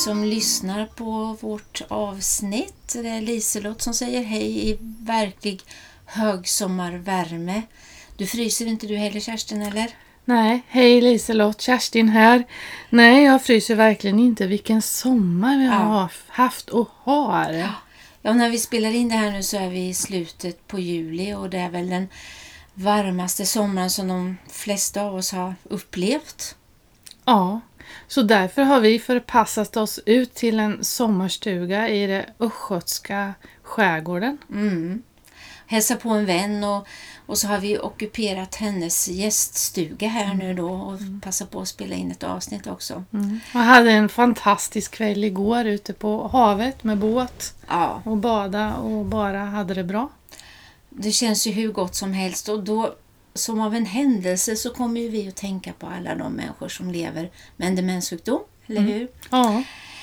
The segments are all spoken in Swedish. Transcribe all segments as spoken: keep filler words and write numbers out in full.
som lyssnar på vårt avsnitt. Det är Liselott som säger hej i verklig högsommarvärme. Du fryser inte du heller, Kerstin, eller? Nej, hej Liselott, Kerstin här. Nej, jag fryser verkligen inte. Vilken sommar vi har Ja. haft och har. Ja. ja, när vi spelar in det här nu så är vi i slutet på juli och det är väl den varmaste sommaren som de flesta av oss har upplevt. Ja, så därför har vi förpassat oss ut till en sommarstuga i det östgötska skärgården. Mm. Hälsa på en vän och, och så har vi ockuperat hennes gäststuga här mm. nu då och mm. passa på att spela in ett avsnitt också. Mm. Jag hade en fantastisk kväll igår ute på havet med båt ja. och bada och bara hade det bra. Det känns ju hur gott som helst och då som av en händelse så kommer ju vi att tänka på alla de människor som lever med en demenssjukdom, eller hur? Mm. Ja.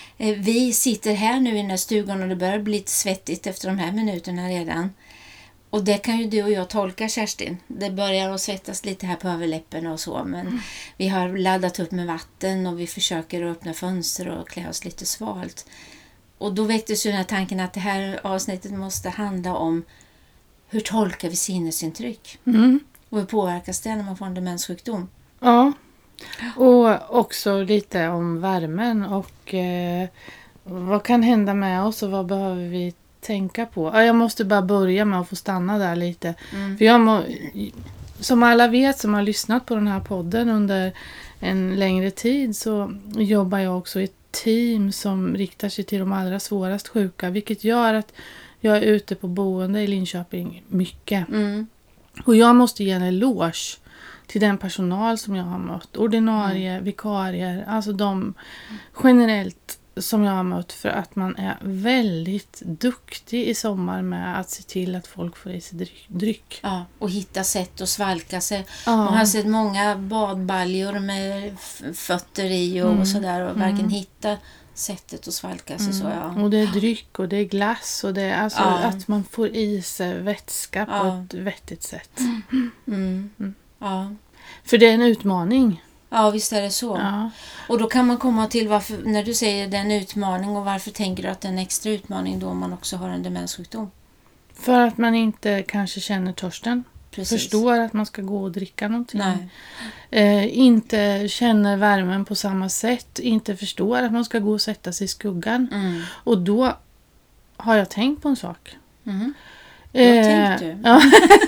Vi sitter här nu i den här stugan och det börjar bli lite svettigt efter de här minuterna redan. Och det kan ju du och jag tolka, Kerstin. Det börjar att svettas lite här på överläppen och så. Men mm. vi har laddat upp med vatten och vi försöker att öppna fönster och klä oss lite svalt. Och då väcktes ju den här tanken att det här avsnittet måste handla om hur tolkar vi sinnesintryck? Mm. Och hur påverkas det när man får en demenssjukdom? Ja, och också lite om värmen och eh, vad kan hända med oss och vad behöver vi tänka på. Jag måste bara börja med att få stanna där lite. Mm. För jag må, som alla vet som har lyssnat på den här podden under en längre tid så jobbar jag också i ett team som riktar sig till de allra svårast sjuka. Vilket gör att jag är ute på boende i Linköping mycket. Mm. Och jag måste ge en eloge till den personal som jag har mött. Ordinarie, mm. vikarier, alltså de generellt som jag har mött för att man är väldigt duktig i sommar med att se till att folk får i sig dryck. Ja, och hitta sätt att svalka sig. Ja. Man har sett många badbaljor med f- fötter i och, mm. och sådär och verkligen mm. hitta sättet att svalka sig. Mm. Så, ja. Och det är dryck och det är glass och det är alltså ja. att man får i sig vätska på ja. ett vettigt sätt. Mm. Mm. Mm. Ja. För det är en utmaning. Ja, visst är det så. Ja. Och då kan man komma till varför, när du säger den utmaning och varför tänker du att det är en extra utmaning då om man också har en demenssjukdom? För att man inte kanske känner törsten. Precis. Förstår att man ska gå och dricka någonting. Nej. Eh, inte känner värmen på samma sätt. Inte förstår att man ska gå och sätta sig i skuggan. Mm. Och då har jag tänkt på en sak. Mm. Vad eh, tänkte du? Ja.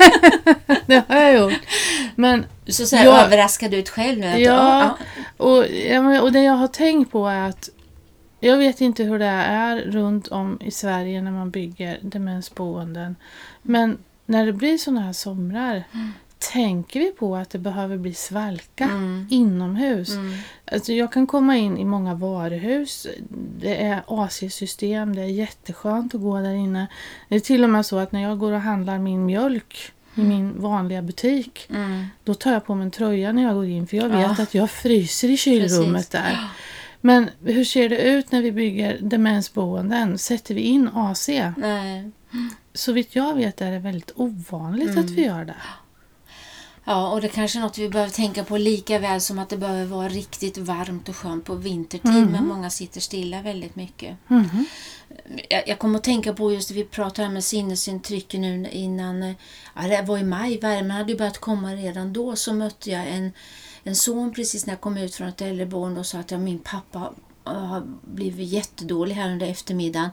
Det har jag gjort. Men så så här jag, överraskad ut själv nu. Att, ja, ja. Och, ja, och det jag har tänkt på är att jag vet inte hur det är runt om i Sverige när man bygger demensboenden. Men när det blir såna här somrar mm. tänker vi på att det behöver bli svalka mm. inomhus. Mm. Alltså jag kan komma in i många varuhus. Det är A C-system. Det är jätteskönt att gå där inne. Det är till och med så att när jag går och handlar min mjölk i min vanliga butik. Mm. Då tar jag på mig en tröja när jag går in. För jag vet ja. att jag fryser i kylrummet Precis. där. Men hur ser det ut när vi bygger demensboenden? Sätter vi in A C? Nej. Så vitt jag vet är det väldigt ovanligt mm. att vi gör det. Ja, och det kanske är något vi behöver tänka på lika väl som att det behöver vara riktigt varmt och skönt på vintertid. Mm. Men många sitter stilla väldigt mycket. Mm. Jag, jag kommer att tänka på just det vi pratade med sinnesintrycken nu innan. Ja, det var i maj, värmen hade ju börjat komma redan då. Så mötte jag en, en son precis när jag kom ut från ett äldreboende och sa att ja, min pappa har blivit jättedålig här under eftermiddagen.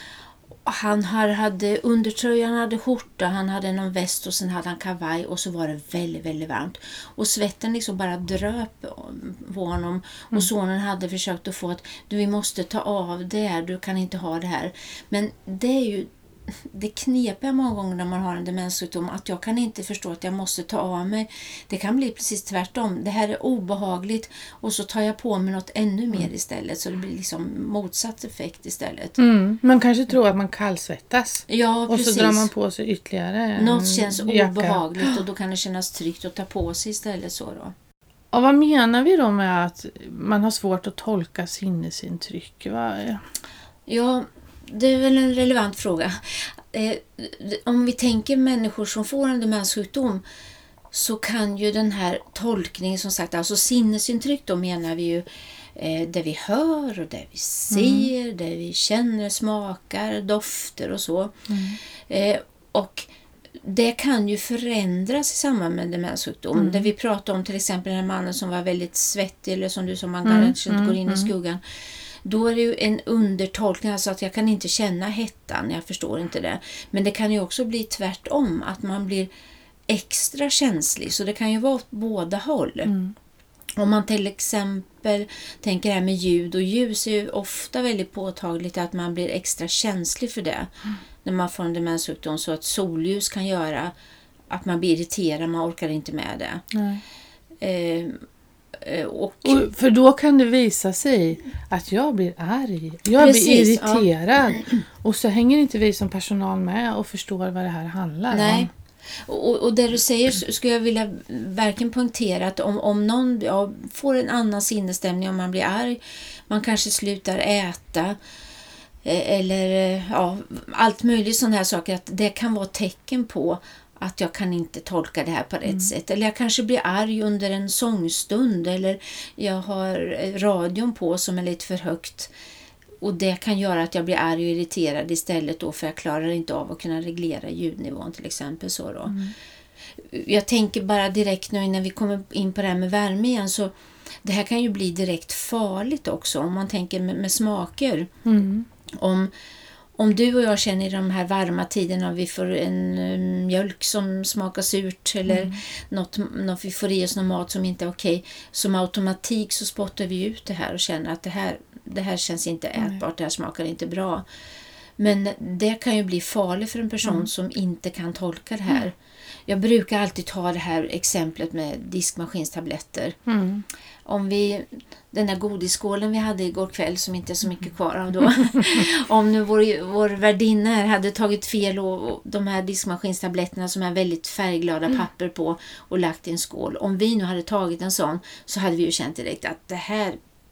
Han hade undertröjan, han hade skjorta, han hade någon väst och sen hade han kavaj och så var det väldigt, väldigt varmt. Och svetten liksom bara dröp på honom mm. och sonen hade försökt att få att du, vi måste ta av det här, du kan inte ha det här. Men det är ju det knepiga många gånger när man har en demenssjukdom att jag kan inte förstå att jag måste ta av mig. Det kan bli precis tvärtom. Det här är obehagligt och så tar jag på mig något ännu mer istället så det blir liksom motsatt effekt istället. Mm. Man kanske tror att man kallsvettas. Ja, och precis. så drar man på sig ytterligare något känns jacka. Obehagligt och då kan det kännas tryggt att ta på sig istället så då. Och vad menar vi då med att man har svårt att tolka sinnesintryck? Va? Ja, det är väl en relevant fråga. Eh, om vi tänker människor som får en demenssjukdom så kan ju den här tolkningen som sagt, alltså sinnesintryck då menar vi ju eh, det vi hör och det vi ser, mm. det vi känner, smakar, dofter och så. Mm. Eh, och det kan ju förändras i samband med demenssjukdom. Mm. Där vi pratar om till exempel den här mannen som var väldigt svettig, eller som du sa, man mm. kanske inte går in i skuggan. Då är det ju en undertolkning, alltså att jag kan inte känna hettan, jag förstår inte det. Men det kan ju också bli tvärtom, att man blir extra känslig. Så det kan ju vara åt båda håll. Mm. Om man till exempel tänker här med ljud och ljus, är ju ofta väldigt påtagligt att man blir extra känslig för det. Mm. När man får en demenssjukdom, så att solljus kan göra att man blir irriterad, man orkar inte med det. Nej. Eh, Och, och för då kan det visa sig att jag blir arg, jag precis, blir irriterad, ja. Och så hänger inte vi som personal med och förstår vad det här handlar Nej. om. Och, och det du säger skulle jag vilja verkligen poängtera, att om, om någon ja, får en annan sinnesstämning, om man blir arg, man kanske slutar äta eller ja, allt möjligt sådana här saker, att det kan vara tecken på att jag kan inte tolka det här på rätt mm. sätt. Eller jag kanske blir arg under en sångstund, eller jag har radion på som är lite för högt. Och det kan göra att jag blir arg och irriterad istället då, för jag klarar inte av att kunna reglera ljudnivån till exempel. Så då. Mm. Jag tänker bara direkt nu när vi kommer in på det här med värme igen, så det här kan ju bli direkt farligt också om man tänker med, med smaker. Mm. Om Om du och jag känner i de här varma tiderna, vi får en um, mjölk som smakar surt, eller mm. något, något, vi får i oss någon mat som inte är okej, som automatik så spottar vi ut det här och känner att det här, det här känns inte ätbart, mm. det här smakar inte bra. Men det kan ju bli farligt för en person mm. som inte kan tolka det här. Mm. Jag brukar alltid ta det här exemplet med diskmaskinstabletter. Mm. Om vi, den där godisskålen vi hade igår kväll, som inte är så mycket kvar av då. Om nu vår, vår värdinna här hade tagit fel och, och de här diskmaskinstabletterna som är väldigt färgglada mm. papper på och lagt i en skål. Om vi nu hade tagit en sån, så hade vi ju känt direkt att det här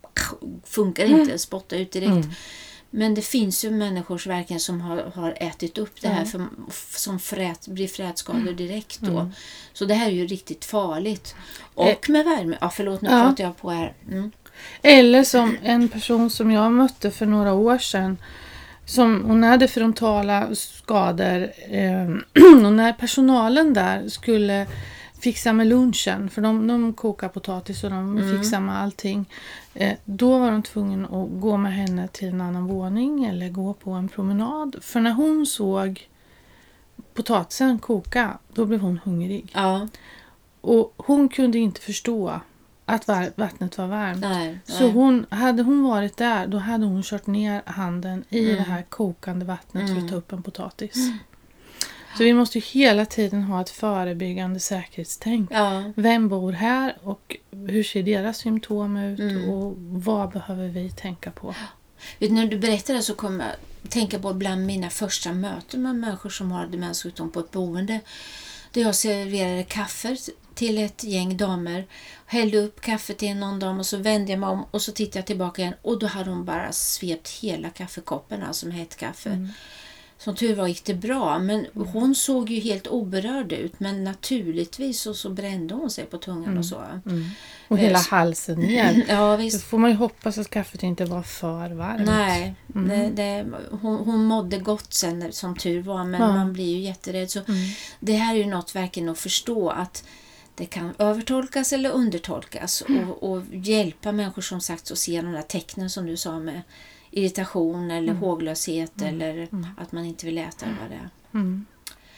funkar inte, mm. spotta ut direkt. Mm. Men det finns ju människor verkligen som har, har ätit upp det här, för, som frät, blir frätskador direkt då. Mm. Så det här är ju riktigt farligt. Och med värme, ja förlåt nu ja. pratar jag på här. Mm. Eller som en person som jag mötte för några år sedan, som hon hade frontala skador, eh, och när personalen där skulle fixa med lunchen, för de, de kokar potatis och de mm. fixar med allting. Eh, då var de tvungna att gå med henne till en annan våning eller gå på en promenad. För när hon såg potatisen koka, då blev hon hungrig. Ja. Och hon kunde inte förstå att vattnet var varmt. Nej, så nej. Hon, hade hon varit där, då hade hon kört ner handen i mm. det här kokande vattnet mm. för att ta upp en potatis. Mm. Så vi måste ju hela tiden ha ett förebyggande säkerhetstänk. Ja. Vem bor här och hur ser deras symptom ut mm. och vad behöver vi tänka på? Vet, när du berättar det så kommer jag tänka på bland mina första möten med människor som har demenssjukdom på ett boende. Där jag serverade kaffe till ett gäng damer. Hällde upp kaffe till någon dam och så vände jag mig om och så tittade jag tillbaka igen. Och då hade hon bara svept hela kaffekoppen, alltså med hett kaffe. Mm. Som tur var gick det bra, men hon såg ju helt oberörd ut, men naturligtvis så, så brände hon sig på tungan mm. och så. Mm. Och hela så, halsen ner. Ja, visst. Så får man ju hoppas att kaffet inte var för varmt. Nej, mm. det, det, hon, hon mådde gott sen som tur var, men ja. man blir ju jätterädd. Så mm. det här är ju något verkligen att förstå, att det kan övertolkas eller undertolkas mm. och, och hjälpa människor som sagt att se de där tecknen som du sa med irritation eller mm. håglöshet mm. eller mm. att man inte vill äta eller vad det är. Mm.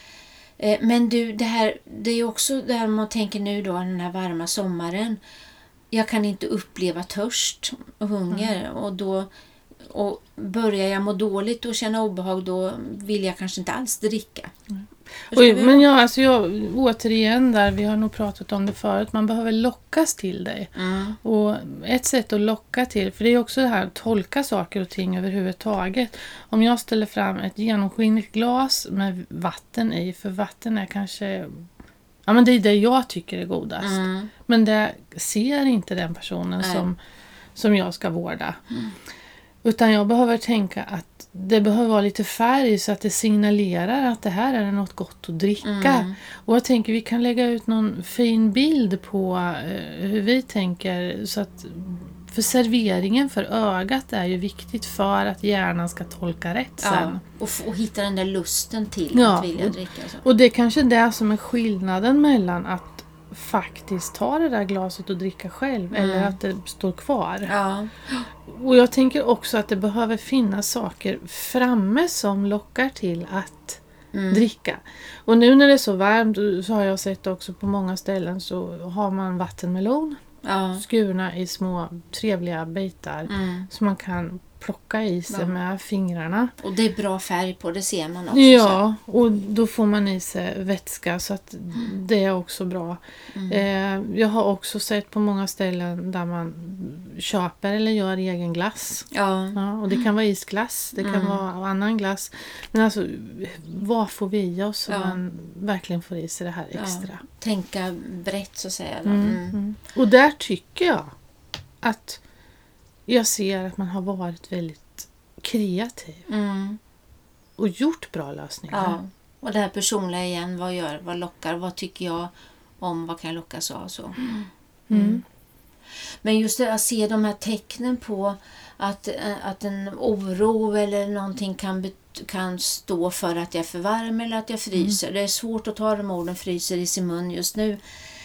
Eh, men du, det här, det är ju också där man tänker nu då, den här varma sommaren. Jag kan inte uppleva törst och hunger mm. och då och börjar jag må dåligt och känna obehag, då vill jag kanske inte alls dricka. Mm. Oj, men jag, alltså jag, återigen där, vi har nog pratat om det förut, man behöver lockas till dig. Mm. Och ett sätt att locka till, för det är också det här att tolka saker och ting överhuvudtaget. Om jag ställer fram ett genomskinligt glas med vatten i, för vatten är kanske, ja men det är det jag tycker är godast. Mm. Men det ser inte den personen som, som jag ska vårda. Mm. Utan jag behöver tänka att det behöver vara lite färg så att det signalerar att det här är något gott att dricka. Mm. Och jag tänker vi kan lägga ut någon fin bild på uh, hur vi tänker. Så att, För serveringen för ögat är ju viktigt för att hjärnan ska tolka rätt sen. Ja, och, f- och hitta den där lusten till Ja, att vilja dricka. Så. Och det är kanske det som är skillnaden mellan att faktiskt ta det där glaset och dricka själv Mm. eller att det står kvar. Ja. Och jag tänker också att det behöver finnas saker framme som lockar till att Mm. dricka. Och nu när det är så varmt så har jag sett också på många ställen så har man vattenmelon Ja. skurna i små trevliga bitar Mm. som man kan plocka i sig Ja. med fingrarna. Och det är bra färg på, det ser man också. Ja, och då får man i sig vätska så att det är också bra. Mm. Eh, jag har också sett på många ställen där man köper eller gör egen glass. Ja. Ja, och det kan vara isglass, det kan Mm. vara annan glass. Men alltså, vad får vi i oss så Ja. man verkligen får i sig det här extra? Ja. Tänka brett så att säga. då. Mm. Mm. Mm. Och där tycker jag att jag ser att man har varit väldigt kreativ Mm. och gjort bra lösningar. Ja. Och det här personliga igen, vad gör, vad lockar, vad tycker jag om, vad kan jag lockas av så. Mm. Men just det att se de här tecknen på att, eh, att en oro eller någonting kan, bet- kan stå för att jag är för varm eller att jag fryser. Det är svårt att ta de orden fryser i sin mun just nu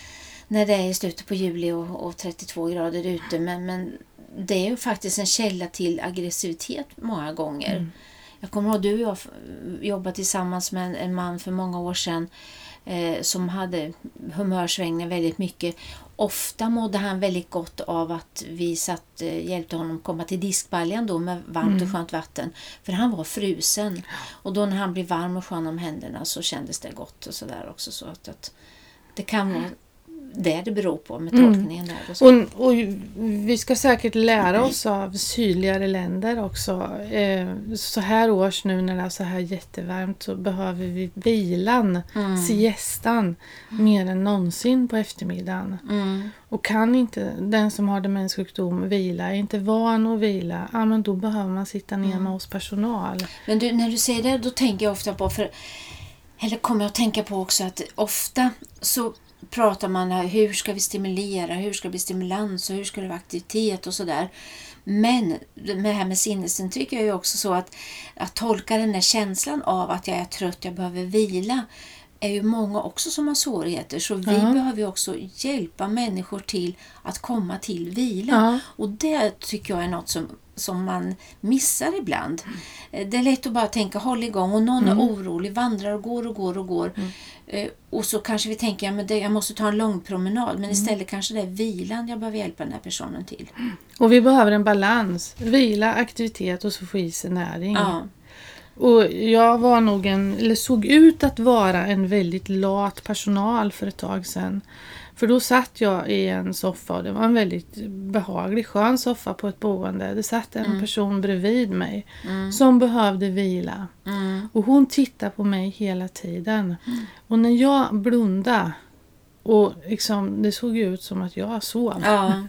när det är i slutet på juli och, och trettiotvå grader ute. Men, men det är ju faktiskt en källa till aggressivitet många gånger. Mm. Jag kommer ihåg du och jag f- jobbade tillsammans med en, en man för många år sedan eh, som hade humörsvängningar väldigt mycket. Ofta mådde han väldigt gott av att vi satt, eh, hjälpte honom komma till diskbaljan då med varmt Mm. och skönt vatten. För han var frusen. Och då när han blev varm och skön om händerna så kändes det gott och sådär också. Så att, att det kan vara det det beror på med Mm. tolkningen där. Och så. Och, och vi ska säkert lära oss av sydligare länder också. Eh, så här års nu när det är så här jättevarmt så behöver vi vilan, Mm. siestan, mer än någonsin på eftermiddagen. Mm. Och kan inte den som har demenssjukdom vila, är inte van att vila, ja, men då behöver man sitta ner Mm. med oss personal. Men du, när du säger det, då tänker jag ofta på, för, eller kommer jag att tänka på också att ofta så pratar man här, hur ska vi stimulera, hur ska det bli stimulans och hur ska det vara aktivitet och sådär. Men med det här med sinnesintryck är ju också så att, att tolka den där känslan av att jag är trött, jag behöver vila, är ju många också som har svårigheter. Så vi Ja. behöver ju också hjälpa människor till att komma till vila. Ja. Och det tycker jag är något som, som man missar ibland. Det är lätt att bara tänka, håll igång, och någon Mm. är orolig, vandrar och går och går och går. Mm. Eh, och så kanske vi tänker, ja, men det, jag måste ta en lång promenad. Men istället kanske det är vilan jag behöver hjälpa den här personen till. Och vi behöver en balans, vila, aktivitet och så få i sig näring. Ja. Och jag var nog en, eller såg ut att vara en väldigt lat personal för ett tag sedan. För då satt jag i en soffa och det var en väldigt behaglig, skön soffa på ett boende. Det satt en Mm. person bredvid mig Mm. som behövde vila. Mm. Och hon tittade på mig hela tiden. Och när jag blundade och liksom, det såg ut som att jag sov, Ja.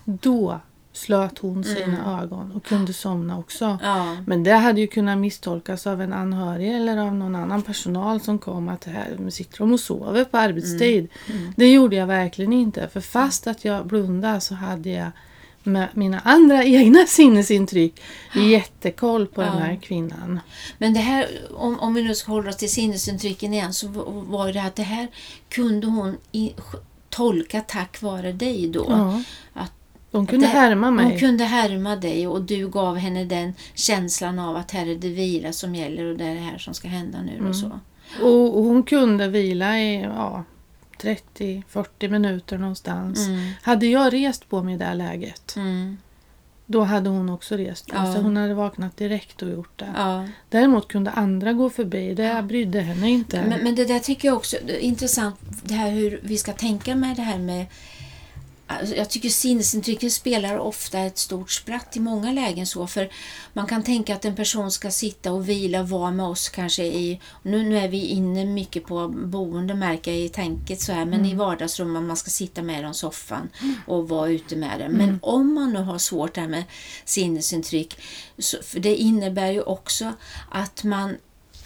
då slöt hon sina Mm. ögon och kunde somna också. Ja. Men det hade ju kunnat misstolkas av en anhörig eller av någon annan personal som kom att här sitter de och sover på arbetstid. Mm. Det gjorde jag verkligen inte. För fast att jag blundade så hade jag med mina andra egna sinnesintryck jättekoll på Ja. den här kvinnan. Men det här, om, om vi nu ska hålla oss till sinnesintrycken igen, så v- var ju det att det här kunde hon i, tolka tack vare dig då. Ja. Att De kunde det- härma mig. Hon kunde härma dig och du gav henne den känslan av att här är det vila som gäller och det är det här som ska hända nu Mm. och så. Och, och hon kunde vila i ja, trettio till fyrtio minuter någonstans. Mm. Hade jag rest på mig i det här läget, Mm. då hade hon också rest på Ja. sig. Hon hade vaknat direkt och gjort det. Ja. Däremot kunde andra gå förbi. Det brydde henne inte. Men, men det där tycker jag också det är intressant, det här hur vi ska tänka med det här med. Alltså, jag tycker sinnesintrycken spelar ofta ett stort spratt i många lägen så, för man kan tänka att en person ska sitta och vila, vara med oss kanske i, nu, nu är vi inne mycket på boende märker jag i tänket så här, men Mm. i vardagsrummet man ska sitta med dem soffan och vara ute med dem. Mm. Men om man nu har svårt där med sinnesintryck, så, för det innebär ju också att man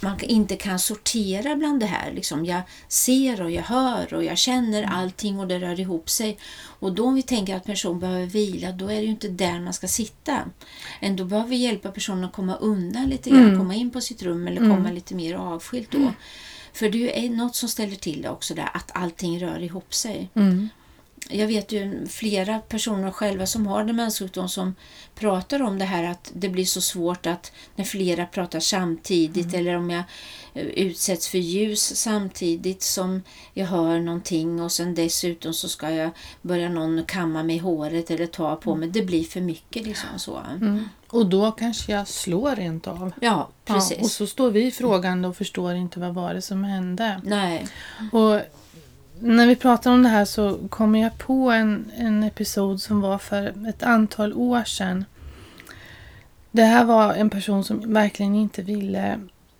man inte kan sortera bland det här. Liksom, jag ser och jag hör och jag känner allting och det rör ihop sig. Och då om vi tänker att person behöver vila, då är det ju inte där man ska sitta. Ändå behöver vi hjälpa personen att komma undan lite grann, mm. komma in på sitt rum eller komma mm. lite mer avskilt då. Mm. För det är något som ställer till det också där, att allting rör ihop sig. Mm. Jag vet ju flera personer själva som har demenssjukdom som pratar om det här att det blir så svårt att när flera pratar samtidigt mm. eller om jag utsätts för ljus samtidigt som jag hör någonting och sen dessutom så ska jag börja någon kamma mig i håret eller ta på mig. Det blir för mycket liksom så. Mm. Och då kanske jag slår rent av. Ja, precis. Ja, och så står vi frågande och förstår inte vad var det som hände. Nej. Och när vi pratar om det här så kommer jag på en, en episod som var för ett antal år sedan. Det här var en person som verkligen inte ville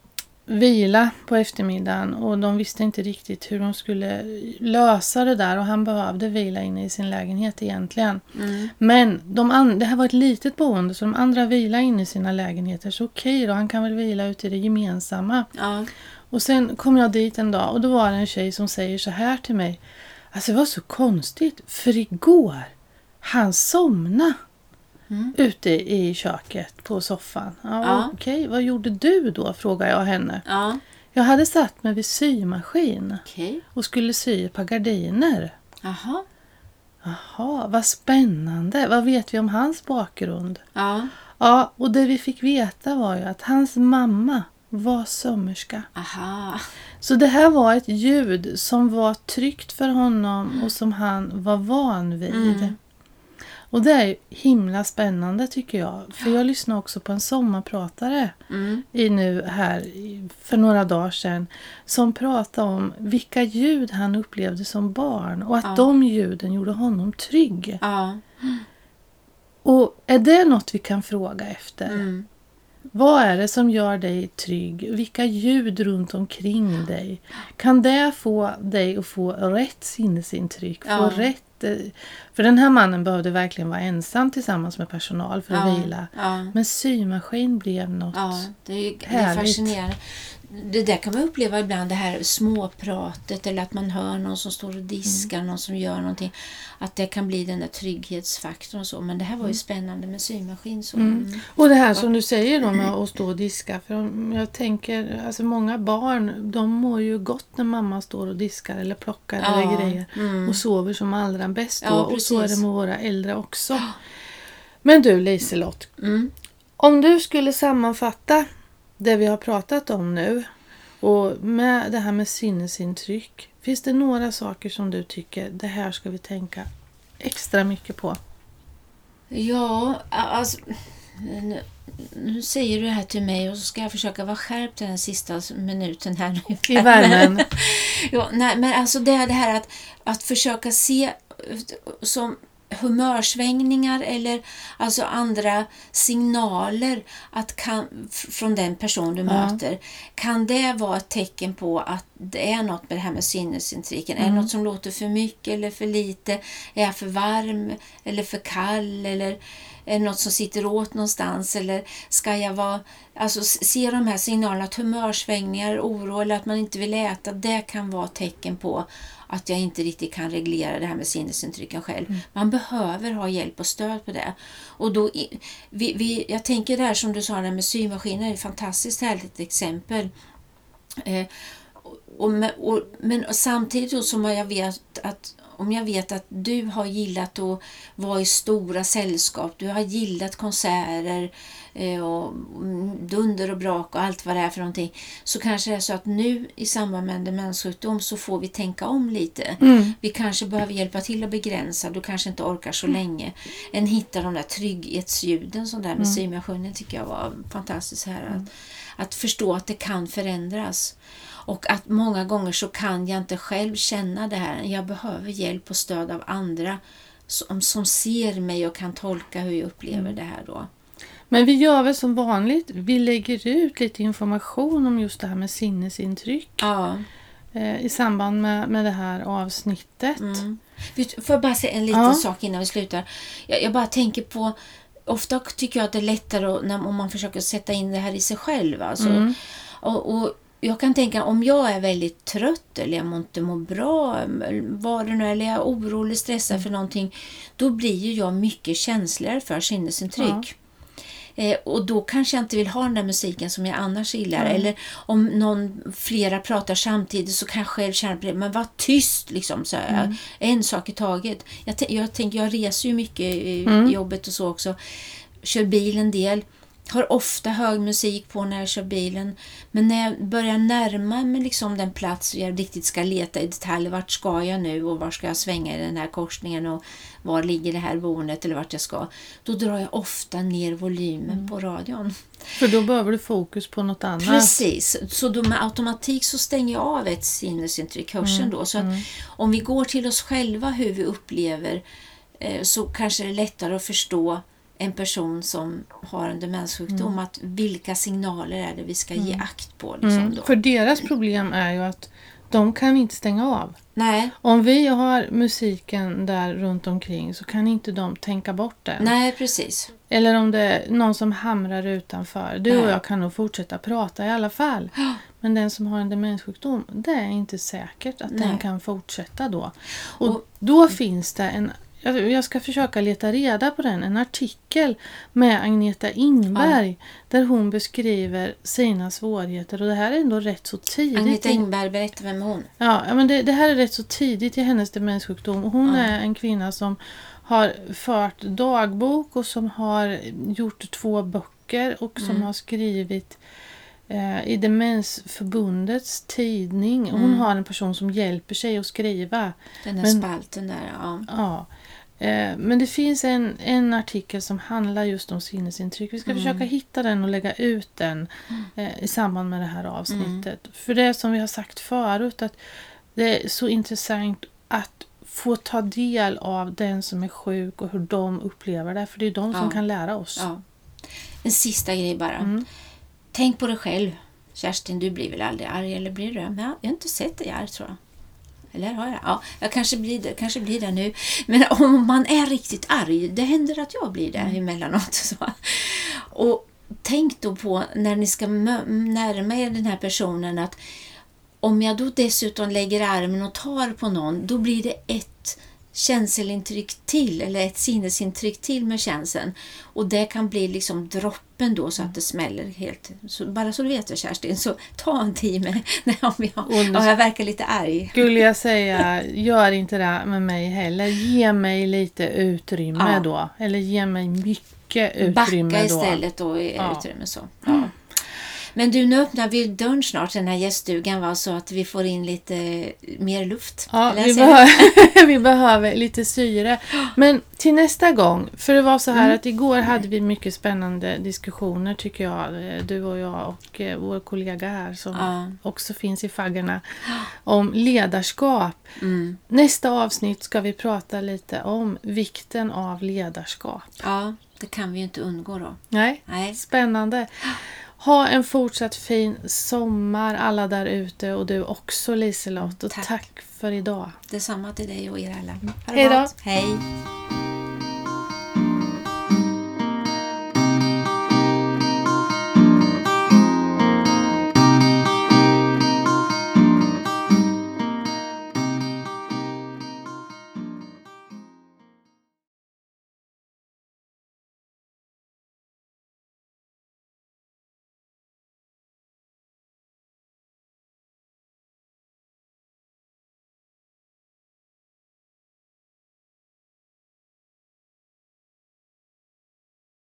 vila på eftermiddagen och de visste inte riktigt hur de skulle lösa det där och han behövde vila inne i sin lägenhet egentligen. Mm. Men de an- det här var ett litet boende så de andra vila inne i sina lägenheter så okej okay då, han kan väl vila ute i det gemensamma. Ja. Och sen kom jag dit en dag och då var det en tjej som säger så här till mig. Alltså det var så konstigt för igår han somnade mm. ute i köket på soffan. Ja, ja. Okej, okay. Vad gjorde du då? Frågade jag henne. Ja. Jag hade satt mig vid symaskin okay. och skulle sy ett par gardiner. Jaha. Jaha, vad spännande. Vad vet vi om hans bakgrund? Ja. Ja, och det vi fick veta var ju att hans mamma var sömmerska. Aha. Så det här var ett ljud som var tryggt för honom mm. och som han var van vid. Mm. Och det är himla spännande tycker jag. För jag lyssnade också på en sommarpratare mm. i nu här för några dagar sedan. Som pratade om vilka ljud han upplevde som barn. Och att ja. de ljuden gjorde honom trygg. Ja. Mm. Och är det något vi kan fråga efter? Mm. Vad är det som gör dig trygg? Vilka ljud runt omkring dig? Kan det få dig att få rätt sinnesintryck? Få ja. rätt... För den här mannen behövde verkligen vara ensam tillsammans med personal för att ja. vila. Ja. Men symaskin blev något ja, det är, det är fascinerande. Det där kan man uppleva ibland, det här småpratet eller att man hör någon som står och diskar, mm. någon som gör någonting. Att det kan bli den där trygghetsfaktorn och så. Men det här var ju spännande med symaskin. Så. Mm. Mm. Och det här som du säger då med att stå och diska. För jag tänker, alltså många barn, de mår ju gott när mamma står och diskar eller plockar ja. eller grejer. Mm. Och sover som allra bäst då. Ja, och så är det med våra äldre också. Men du Liselott, mm. om du skulle sammanfatta det vi har pratat om nu och med det här med sinnesintryck, finns det några saker som du tycker det här ska vi tänka extra mycket på? Ja, alltså nu, nu säger du det här till mig och så ska jag försöka vara skärpt den sista minuten här nu. I värmen. ja, nej, men alltså det är det här att, att försöka se som humörsvängningar eller alltså andra signaler att kan, från den person du ja. möter, kan det vara ett tecken på att det är något med det här med sinnesintrycken? Mm. Är det något som låter för mycket eller för lite? Är jag för varm eller för kall? Eller är det något som sitter åt någonstans? Eller ska jag vara, alltså se de här signalerna att humörsvängningar, oro eller att man inte vill äta, det kan vara tecken på att jag inte riktigt kan reglera det här med sinnesintrycken själv. Mm. Man behöver ha hjälp och stöd på det. Och då, vi, vi, jag tänker där som du sa där med symaskiner, är ett fantastiskt härligt exempel. Eh, och, och, men samtidigt då som jag vet att om jag vet att du har gillat att vara i stora sällskap, du har gillat konserter och dunder och brak och allt vad det är för någonting, så kanske det är så att nu i samband med en demenssjukdom så får vi tänka om lite. Mm. Vi kanske behöver hjälpa till att begränsa, du kanske inte orkar så mm. länge. En hitta de där trygghetsljuden som där med mm. symaskinen tycker jag var fantastiskt här. Mm. Att, att förstå att det kan förändras. Och att många gånger så kan jag inte själv känna det här. Jag behöver hjälp och stöd av andra som, som ser mig och kan tolka hur jag upplever mm. det här då. Men vi gör väl som vanligt. Vi lägger ut lite information om just det här med sinnesintryck. Ja. Eh, I samband med, med det här avsnittet. Mm. Får jag bara säga en liten ja. sak innan vi slutar? Jag, jag bara tänker på... Ofta tycker jag att det är lättare när, om man försöker sätta in det här i sig själv. Alltså, mm. Och, och jag kan tänka, om jag är väldigt trött eller jag inte mår bra, vad det nu, eller jag är orolig, stressad för någonting, då blir ju jag mycket känsligare för sinnesintryck. Ja. Eh, och då kanske jag inte vill ha den där musiken som jag annars gillar. Mm. Eller om någon, flera pratar samtidigt, så kan jag själv känna på det. Men var tyst liksom, så här, mm. en sak i taget. Jag, t- jag tänker, jag reser ju mycket i mm. jobbet och så också. Kör bil en del. Har ofta hög musik på när jag kör bilen. Men när jag börjar närma mig liksom den plats jag riktigt ska leta i detalj. Vart ska jag nu och var ska jag svänga i den här korsningen och var ligger det här boendet eller vart jag ska. Då drar jag ofta ner volymen mm. på radion. För då behöver du fokus på något annat. Precis. Så då med automatik så stänger jag av ett sinnesintryck, hörseln mm. då. Så att mm. om vi går till oss själva hur vi upplever, eh, så kanske det är lättare att förstå en person som har en demenssjukdom, mm. att vilka signaler är det vi ska mm. ge akt på. Liksom, mm. då. För deras problem är ju att de kan inte stänga av. Nej. Om vi har musiken där runt omkring så kan inte de tänka bort den. Nej, precis. Eller om det är någon som hamrar utanför. Du Nej. och jag kan nog fortsätta prata i alla fall. Men den som har en demenssjukdom, det är inte säkert att Nej. den kan fortsätta då. Och, och då finns det en... Jag ska försöka leta reda på den. En artikel med Agneta Ingberg. Ja. Där hon beskriver sina svårigheter. Och det här är ändå rätt så tidigt. Agneta Ingberg, berätta vem hon. Ja, men det, det här är rätt så tidigt i hennes demenssjukdom. Och hon ja. är en kvinna som har fört dagbok. Och som har gjort två böcker. Och som mm. har skrivit eh, i Demensförbundets tidning. Mm. Hon har en person som hjälper sig att skriva. Den här men, spalten där, ja. Ja. Men det finns en, en artikel som handlar just om sinnesintryck. Vi ska mm. försöka hitta den och lägga ut den mm. eh, i samband med det här avsnittet. Mm. För det är som vi har sagt förut, att det är så intressant att få ta del av den som är sjuk och hur de upplever det. För det är de ja. som kan lära oss. Ja. En sista grej bara. Mm. Tänk på dig själv. Kerstin, du blir väl aldrig arg, eller blir du? Men jag har inte sett dig arg, tror jag. Eller har jag? Ja, jag kanske blir det, kanske blir det nu. Men om man är riktigt arg, det händer att jag blir det mm. emellanåt. Så. Och tänk då på när ni ska närma er den här personen, att om jag då dessutom lägger armen och tar på någon, då blir det ett känselintryck till, eller ett sinnesintryck till med känseln. Och det kan bli liksom droppen då, så att det smäller helt. Så, bara så du vet det, Kerstin, så ta en timme om jag, om jag verkar lite arg. Skulle jag säga, gör inte det med mig heller. Ge mig lite utrymme ja. då. Eller ge mig mycket utrymme Backa då. istället då i ja. utrymme så. Ja. Men du, nu öppnar vi dörren snart, den här gäststugan, va, så att vi får in lite mer luft. Ja, vi, behöver, vi behöver lite syre. Men till nästa gång, för det var så här mm. att igår hade vi mycket spännande diskussioner, tycker jag. Du och jag och vår kollega här som ja. också finns i faggarna, om ledarskap. Mm. Nästa avsnitt ska vi prata lite om vikten av ledarskap. Ja, det kan vi ju inte undgå då. Nej, Nej. Spännande. Ha en fortsatt fin sommar alla där ute, och du också, Liselott. Och tack, tack för idag. Detsamma till dig och er alla. Hej då. Hej.